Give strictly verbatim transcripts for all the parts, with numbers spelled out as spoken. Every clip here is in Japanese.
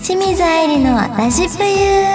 清水愛理のラジプユ。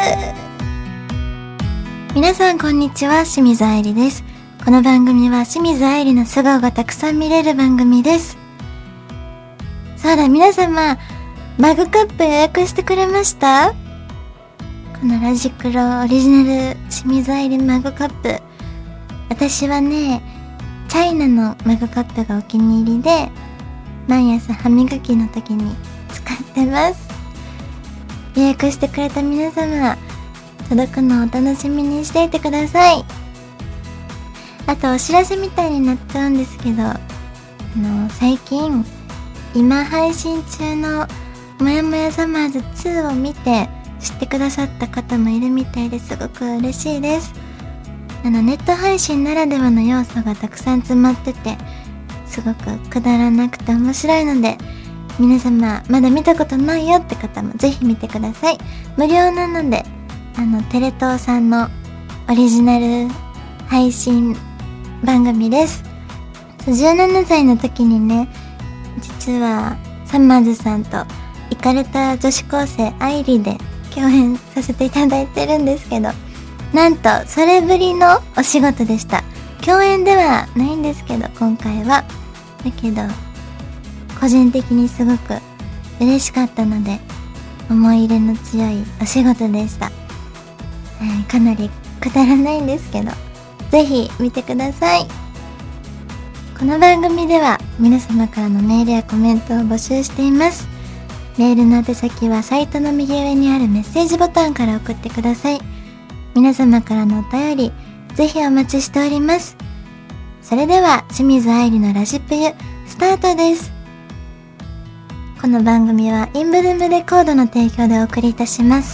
皆さんこんにちは、清水愛理です。この番組は清水愛理の素顔がたくさん見れる番組です。そうだ、皆様マグカップ予約してくれました？このラジクロオリジナル清水愛理マグカップ、私はねチャイナのマグカップがお気に入りで、毎朝歯磨きの時に使ってます。予約してくれた皆様、届くのをお楽しみにしていてください。あとお知らせみたいになっちゃうんですけど、あの最近今配信中のもやもやサマーズツーを見て知ってくださった方もいるみたいで、すごく嬉しいです。あのネット配信ならではの要素がたくさん詰まってて、すごくくだらなくて面白いので、皆様まだ見たことないよって方もぜひ見てください。無料なので、あのテレ東さんのオリジナル配信番組です。じゅうななさいの時にね、実はサマーズさんとイカれた女子高生愛理で共演させていただいてるんですけど、なんとそれぶりのお仕事でした。共演ではないんですけど今回は。だけど個人的にすごく嬉しかったので、思い入れの強いお仕事でした。えー、かなりくだらないんですけど、ぜひ見てください。この番組では皆様からのメールやコメントを募集しています。メールの宛先はサイトの右上にあるメッセージボタンから送ってください。皆様からのお便り、ぜひお待ちしております。それでは清水愛理のラジプユスタートです。この番組はインブルームレコードの提供でお送りいたします。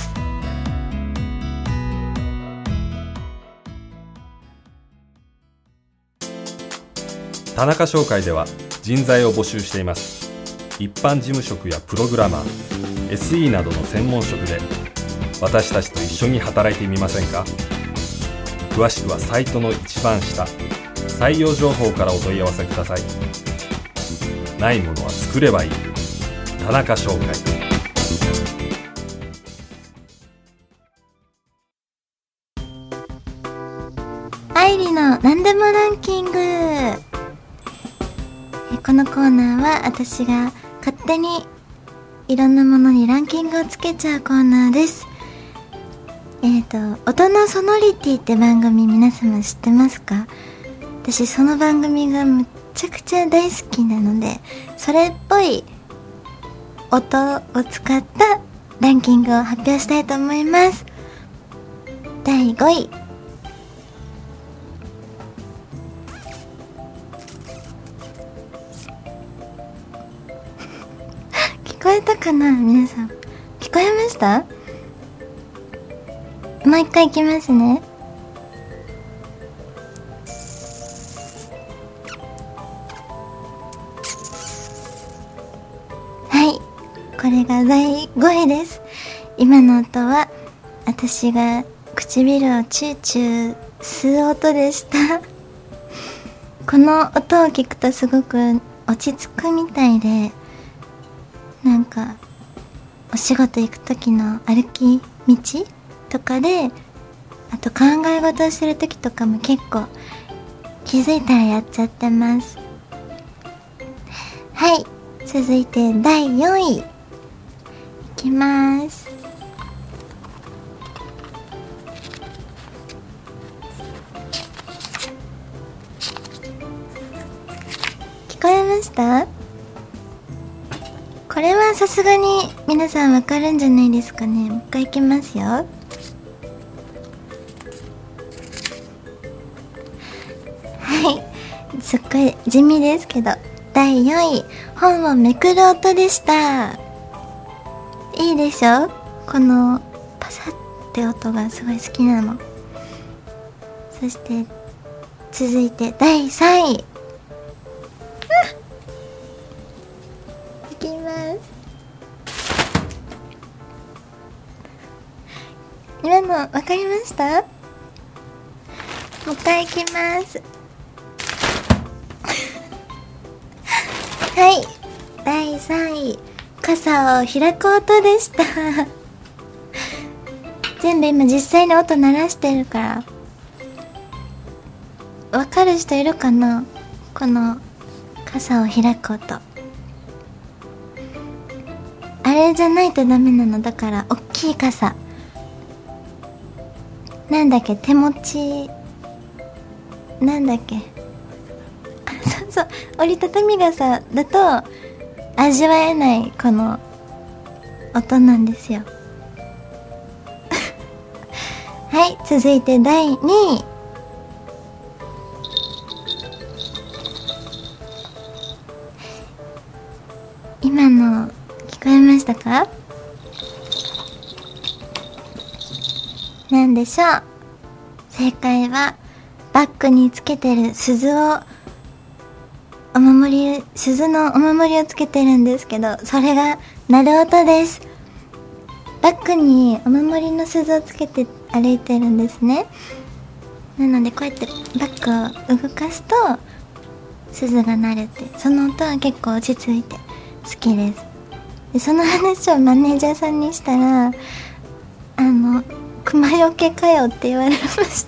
田中商会では人材を募集しています。一般事務職やプログラマー、エスイー などの専門職で私たちと一緒に働いてみませんか？詳しくはサイトの一番下、採用情報からお問い合わせください。ないものは作ればいい。田中商会。 愛理の何でもランキング。このコーナーは私が勝手にいろんなものにランキングをつけちゃうコーナーです。えっと、音のソノリティって番組皆様知ってますか？私その番組がむっちゃくちゃ大好きなので、それっぽい音を使ったランキングを発表したいと思います。だいごい、聞こえたかな皆さん、聞こえました？もう一回いきますね。はい、これがだいごいです。今の音は私が唇をチューチュー吸う音でしたこの音を聞くとすごく落ち着くみたいで、なんかお仕事行く時の歩き道とかで、あと考え事をしてる時とかも結構気づいたらやっちゃってます。はい、続いてだいよんいいきます。聞こえました？これはさすがに皆さんわかるんじゃないですかね。もう一回いきますよ。はい、すっごい地味ですけど、だいよんい、本をめくる音でした。いいでしょ？このパサって音がすごい好きなの。そして続いてだいさんい、いきます。今のわかりました？もう一回いきます。はい、だいさんい、 傘を開く音でした全部今実際に音鳴らしてるからわかる人いるかな、この傘を開く音。あれじゃないとダメなの。だから大きい傘、なんだっけ、手持ちなんだっけ、あ、そうそう、折りたたみ傘だと味わえないこの音なんですよはい、続いてだいにい。今の聞こえましたか？なんでしょう。正解はバッグにつけてる鈴をお守り、鈴のお守りをつけてるんですけど、それが鳴る音です。バッグにお守りの鈴をつけて歩いてるんですね。なのでこうやってバッグを動かすと鈴が鳴るって、その音は結構落ち着いて好きです。でその話をマネージャーさんにしたら、あの熊よけかよって言われま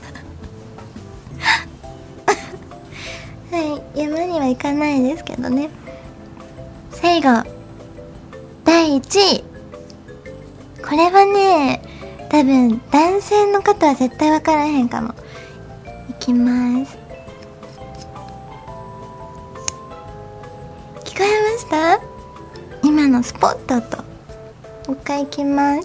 したはい、山には行かないですけどね。最後だいいちい。これはね、多分男性の方は絶対分からへんかも。いきます。聞こえました？今のスポットと。もう一回いきます。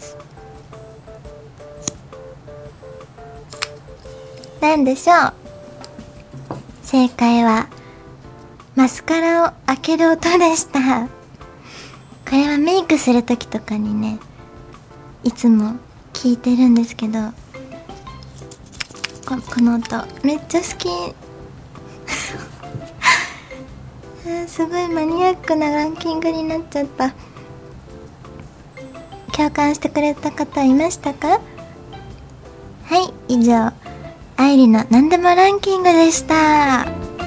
なんでしょう。正解はマスカラを開ける音でした。これはメイクするときとかにね、いつも聞いてるんですけど、こ, この音めっちゃ好きすごいマニアックなランキングになっちゃった。共感してくれた方いましたか？はい、以上愛理のなんでもランキングでした。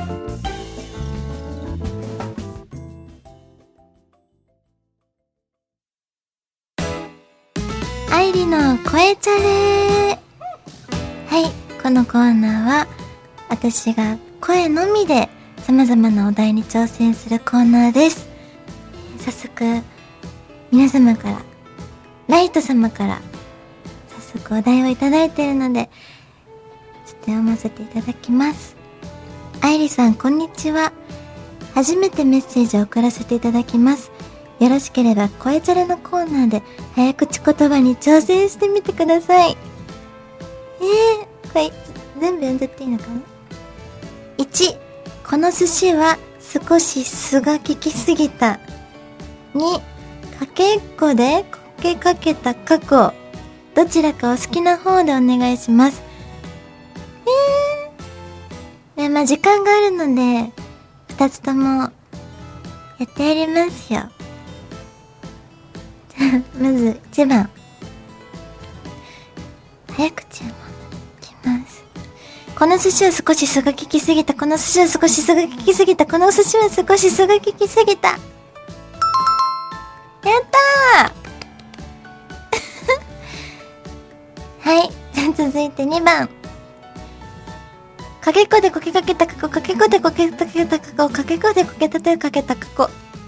愛理の声チャレ。はい、このコーナーは私が声のみで様々なお題に挑戦するコーナーです。早速皆様から、ライト様から早速お題をいただいているのでちょっと読ませていただきます。愛理さん、こんにちは。初めてメッセージを送らせていただきます。よろしければ声チャレのコーナーで早口言葉に挑戦してみてください。えー、これ全部読んじゃっていいのかな。いち、この寿司は少し酢が効きすぎた。に、かけっこでこけかけた過去。どちらかお好きな方でお願いします。えー、ね、まあ時間があるので二つともやってやりますよ。まずいちばん、早口はもういきます。この寿司は少し酢が効きすぎた。この寿司は少し酢が効きすぎた。この寿司は少し酢が効きすぎた。やったーはい、続いてにばん、かけっこでこけかけた過去。かけっこでこけかけた過去。かけっこでこけたてかけた過去。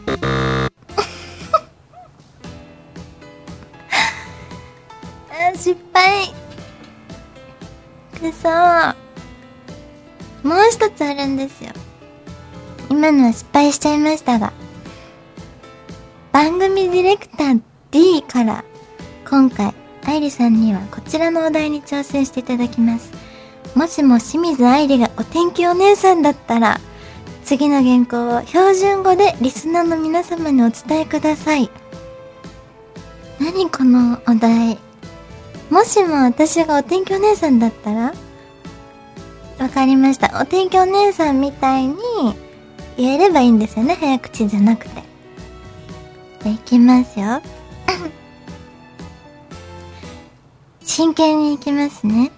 失敗。くそー。もう一つあるんですよ。今のは失敗しちゃいましたが、番組ディレクター D から今回愛理さんにはこちらのお題に挑戦していただきます。もしも清水愛理がお天気お姉さんだったら、次の原稿を標準語でリスナーの皆様にお伝えください。何このお題。もしも私がお天気お姉さんだったら、わかりました。お天気お姉さんみたいに言えればいいんですよね。早口じゃなくて。じゃあいきますよ。真剣にいきますね。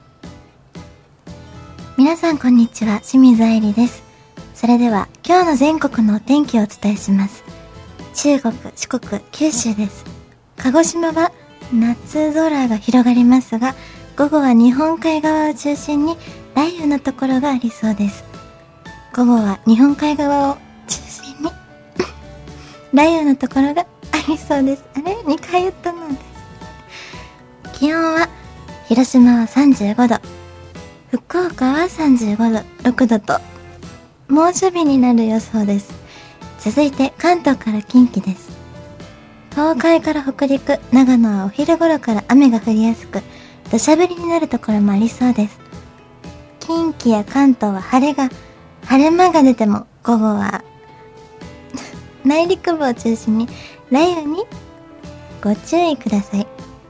皆さんこんにちは。清水愛理です。それでは今日の全国のお天気をお伝えします。 中国、四国、九州です。鹿児島は夏空が広がりますが、午後は日本海側を中心に雷雨のところがありそうです。午後は日本海側を中心に雷雨のところがありそうです。あれ ?に 回言ったので。気温は広島はさんじゅうごど、福岡はさんじゅうごど、ろくどと猛暑日になる予想です。続いて関東から近畿です。東海から北陸、長野はお昼頃から雨が降りやすく、土砂降りになるところもありそうです。近畿や関東は晴れが、晴れ間が出ても午後は内陸部を中心に雷雨にご注意ください。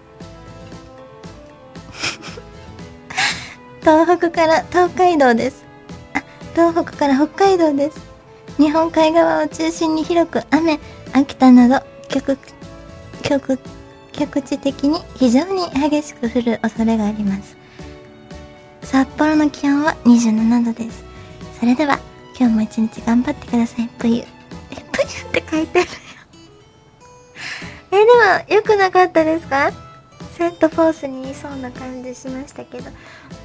東北から東海道です。あ、東北から北海道です。日本海側を中心に広く雨、秋田など局局局地的に非常に激しく降る恐れがあります。札幌の気温はにじゅうななどです。それでは今日も一日頑張ってください。ぷゆえぷゆって書いてあるよ。えでも良くなかったですか？セントフォースにいそうな感じしましたけど。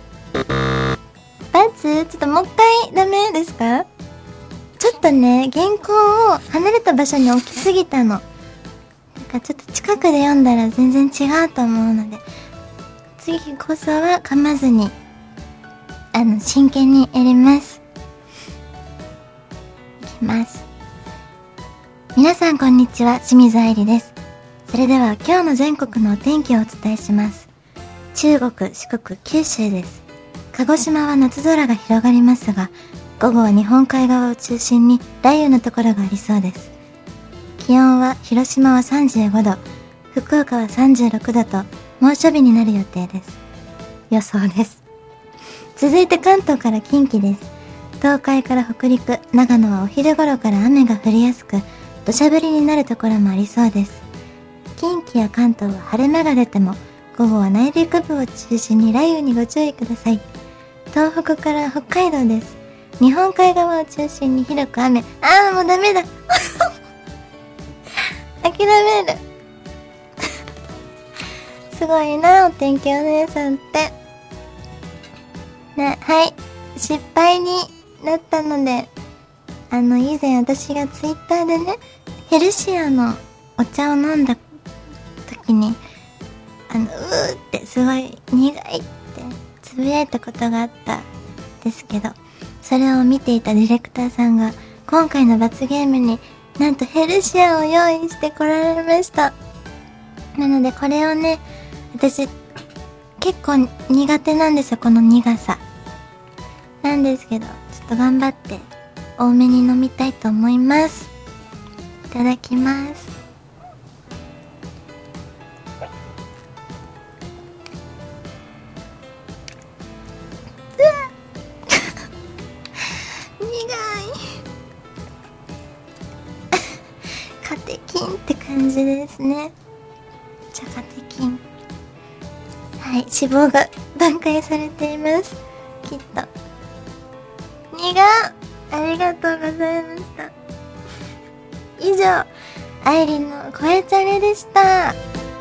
バツちょっともう一回ダメですか？ちょっとね、原稿を離れた場所に置きすぎたの。なんかちょっと近くで読んだら全然違うと思うので、次こそは噛まずに、あの、真剣にやります。いきます。皆さんこんにちは、清水愛理です。それでは今日の全国のお天気をお伝えします。中国、四国、九州です。鹿児島は夏空が広がりますが、午後は日本海側を中心に雷雨のところがありそうです。気温は広島はさんじゅうごど、福岡はさんじゅうろくどと猛暑日になる予定です。予想です。続いて関東から近畿です。東海から北陸、長野はお昼頃から雨が降りやすく、土砂降りになるところもありそうです。近畿や関東は晴れ間が出ても、午後は内陸部を中心に雷雨にご注意ください。東北から北海道です。日本海側を中心に広く雨。あーもうダメだ諦めるすごいなお天気お姉さんってね。はい失敗になったので、あの以前私がツイッターでね、ヘルシアのお茶を飲んだ時にあのうーってすごい苦いってつぶやいたことがあったんですけど、それを見ていたディレクターさんが今回の罰ゲームになんとヘルシアを用意してこられました。なのでこれをね、私結構苦手なんですよ、この苦さなんですけど、ちょっと頑張って多めに飲みたいと思います。いただきます。カテキンって感じですね。茶カテキン。はい、脂肪が分解されています。きっと。苦っ！ありがとうございました。以上、愛理の声チャレでした。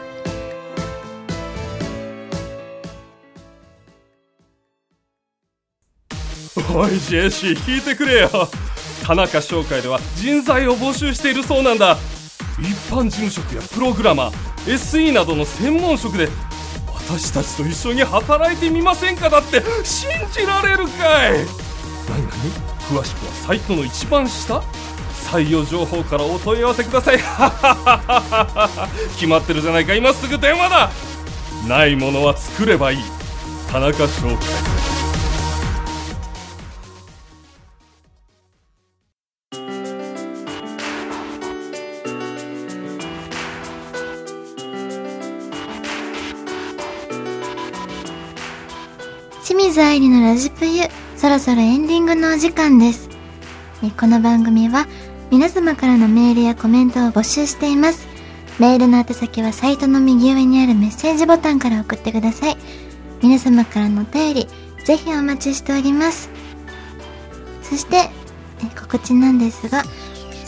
おいジェシー、聞いてくれよ。田中商会では人材を募集しているそうなんだ。一般事務職やプログラマー、 エスイー などの専門職で私たちと一緒に働いてみませんかだって。信じられるかい。何何、詳しくはサイトの一番下、採用情報からお問い合わせください決まってるじゃないか。今すぐ電話だ。ないものは作ればいい。田中商会。 清水愛理のラジプユ、そろそろエンディングのお時間です。この番組は皆様からのメールやコメントを募集しています。メールの宛先はサイトの右上にあるメッセージボタンから送ってください。皆様からのお便りぜひお待ちしております。そして告知なんですが、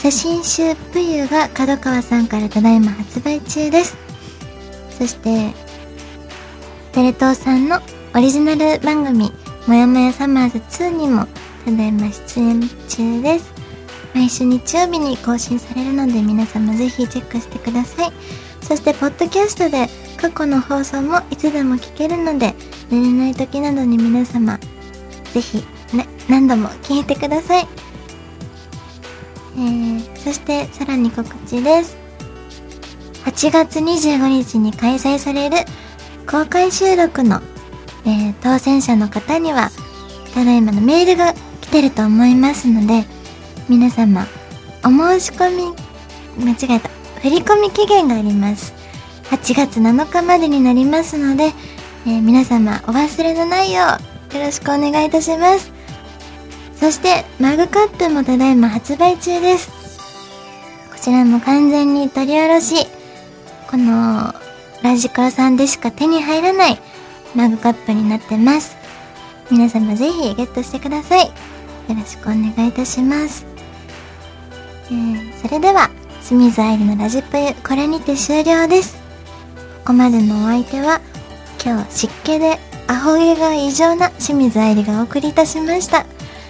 写真集ぷゆが角川さんからただいま発売中です。そしてテレ東さんのオリジナル番組もやもやサマーズツーにもただいま出演中です。毎週日曜日に更新されるので皆様ぜひチェックしてください。そしてポッドキャストで過去の放送もいつでも聞けるので、寝れない時などに皆様ぜひ、ね、何度も聞いてください。えー、そしてさらに告知です。はちがつにじゅうごにちに開催される公開収録の、えー、当選者の方にはただいまのメールが来てると思いますので、皆様お申し込み間違えた振り込み期限があります。はちがつなのかまでになりますので、えー、皆様お忘れのないようよろしくお願いいたします。そしてマグカップもただいま発売中です。こちらも完全に取り下ろし、このラジコロさんでしか手に入らないマグカップになってます。皆様ぜひゲットしてください。よろしくお願いいたします。えー、それでは清水愛理のラジプユこれにて終了です。ここまでのお相手は今日湿気でアホ毛が異常な清水愛理がお送りいたしました。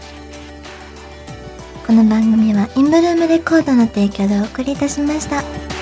この番組はインブルームレコードの提供でお送りいたしました。